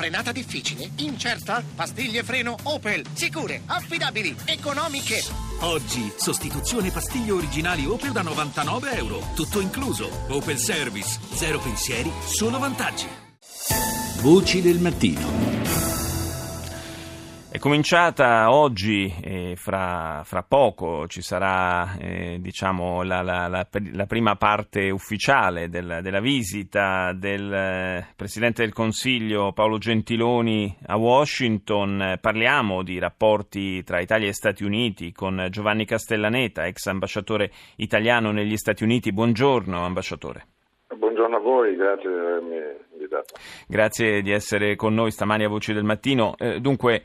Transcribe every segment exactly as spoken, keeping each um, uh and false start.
Frenata difficile? Incerta? Pastiglie freno Opel. Sicure, affidabili, economiche. Oggi, sostituzione pastiglie originali Opel da novantanove euro. Tutto incluso. Opel Service. Zero pensieri, solo vantaggi. Voci del mattino. È cominciata oggi, eh, fra, fra poco ci sarà eh, diciamo la, la, la, la prima parte ufficiale del, della visita del eh, Presidente del Consiglio Paolo Gentiloni a Washington. Parliamo di rapporti tra Italia e Stati Uniti con Giovanni Castellaneta, ex ambasciatore italiano negli Stati Uniti. Buongiorno ambasciatore. Buongiorno a voi, grazie di avermi invitato. Grazie di essere con noi stamani a Voci del Mattino. Eh, dunque,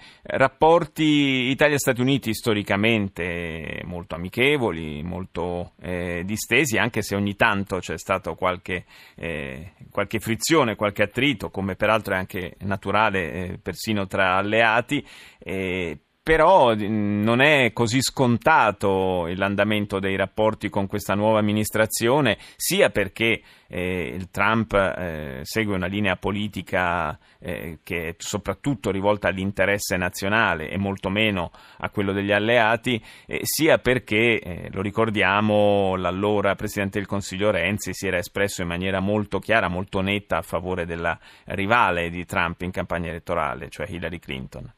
rapporti Italia-Stati Uniti storicamente molto amichevoli, molto eh, distesi, anche se ogni tanto c'è stato qualche, eh, qualche frizione, qualche attrito, come peraltro è anche naturale eh, persino tra alleati. Eh, Però non è così scontato l'andamento dei rapporti con questa nuova amministrazione, sia perché eh, il Trump eh, segue una linea politica eh, che è soprattutto rivolta all'interesse nazionale e molto meno a quello degli alleati, eh, sia perché, eh, lo ricordiamo, l'allora Presidente del Consiglio Renzi si era espresso in maniera molto chiara, molto netta a favore della rivale di Trump in campagna elettorale, cioè Hillary Clinton.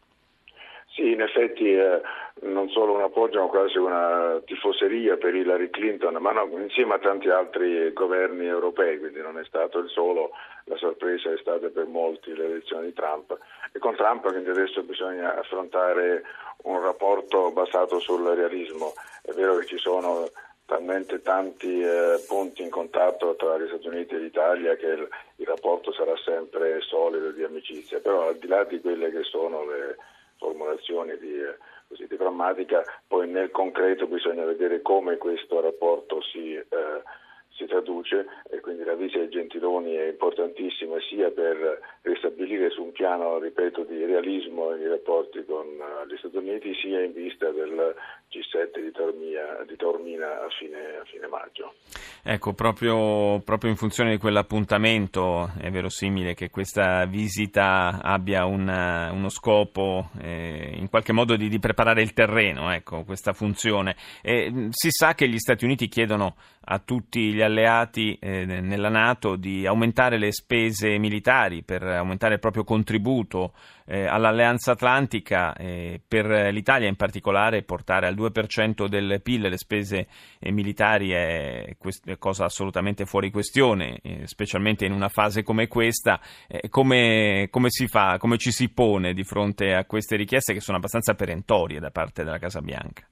Sì, in effetti eh, non solo un appoggio ma quasi una tifoseria per Hillary Clinton, ma no, insieme a tanti altri governi europei, quindi non è stato il solo, la sorpresa è stata per molti l'elezione di Trump, e con Trump quindi adesso bisogna affrontare un rapporto basato sul realismo. È vero che ci sono talmente tanti eh, punti in contatto tra gli Stati Uniti e l'Italia che il, il rapporto sarà sempre solido di amicizia, però al di là di quelle che sono le formulazioni di, così, di grammatica, poi nel concreto bisogna vedere come questo rapporto si, eh, si traduce, e quindi la visita di Gentiloni è importantissima sia per ristabilire su un piano, ripeto, di realismo i rapporti con gli Stati Uniti, sia in vista del G sette di Taormina, di Taormina a, fine, a fine maggio. Ecco, proprio, proprio in funzione di quell'appuntamento è verosimile che questa visita abbia un, uno scopo eh, in qualche modo di, di preparare il terreno, ecco, questa funzione. E, si sa che gli Stati Uniti chiedono a tutti gli alleati eh, nella NATO di aumentare le spese militari per aumentare il proprio contributo eh, all'Alleanza Atlantica, eh, per l'Italia in particolare portare al due per cento del P I L le spese eh, militari è, quest- è cosa assolutamente fuori questione, eh, specialmente in una fase come questa. Eh, come, come si fa, come ci si pone di fronte a queste richieste che sono abbastanza perentorie da parte della Casa Bianca?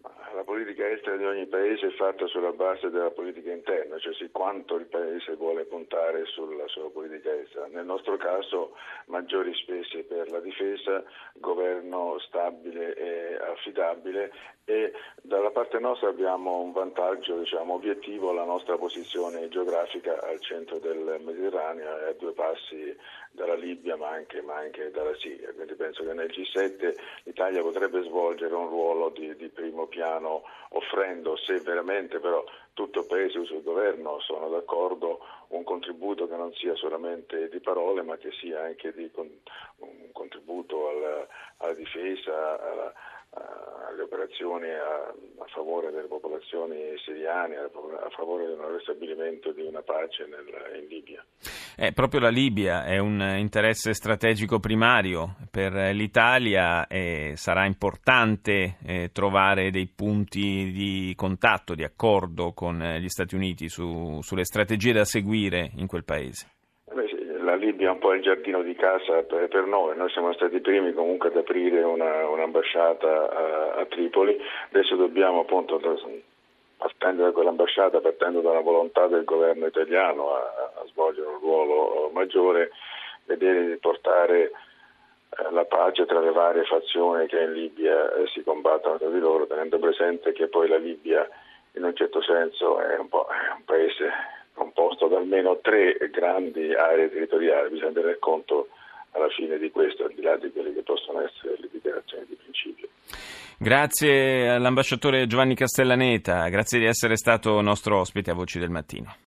La politica estera di ogni paese è fatta sulla base della politica interna, cioè su quanto il paese vuole puntare sulla sua politica estera. Nel nostro caso maggiori spese per la difesa, governo stabile e affidabile, e dalla parte nostra abbiamo un vantaggio, diciamo, obiettivo, la nostra posizione geografica al centro del Mediterraneo e a due passi dalla Libia ma anche, ma anche dalla Siria, quindi penso che nel G sette l'Italia potrebbe svolgere un ruolo di, di primo piano, offrendo, se veramente però tutto il Paese e sul governo sono d'accordo, un contributo che non sia solamente di parole ma che sia anche di con, un contributo alla, alla difesa, alla, alle operazioni a, a favore delle popolazioni siriane, a, a favore del ristabilimento di una pace nel, in Libia. Eh, proprio la Libia è un interesse strategico primario per l'Italia e sarà importante eh, trovare dei punti di contatto, di accordo con gli Stati Uniti su, sulle strategie da seguire in quel paese. La Libia è un po' il giardino di casa per, per noi, noi siamo stati i primi comunque ad aprire una, un'ambasciata a, a Tripoli, adesso dobbiamo appunto, partendo da quell'ambasciata, partendo dalla volontà del governo italiano a, a svolgere un ruolo maggiore, vedere di portare eh, la pace tra le varie fazioni che in Libia eh, si combattono tra di loro, tenendo presente che poi la Libia in un certo senso è un, po', è un paese composto da almeno tre grandi aree territoriali, bisogna tener conto alla fine di questo, al di là di quelle che possono essere le dichiarazioni di principio. Grazie all'ambasciatore Giovanni Castellaneta, grazie di essere stato nostro ospite a Voci del Mattino.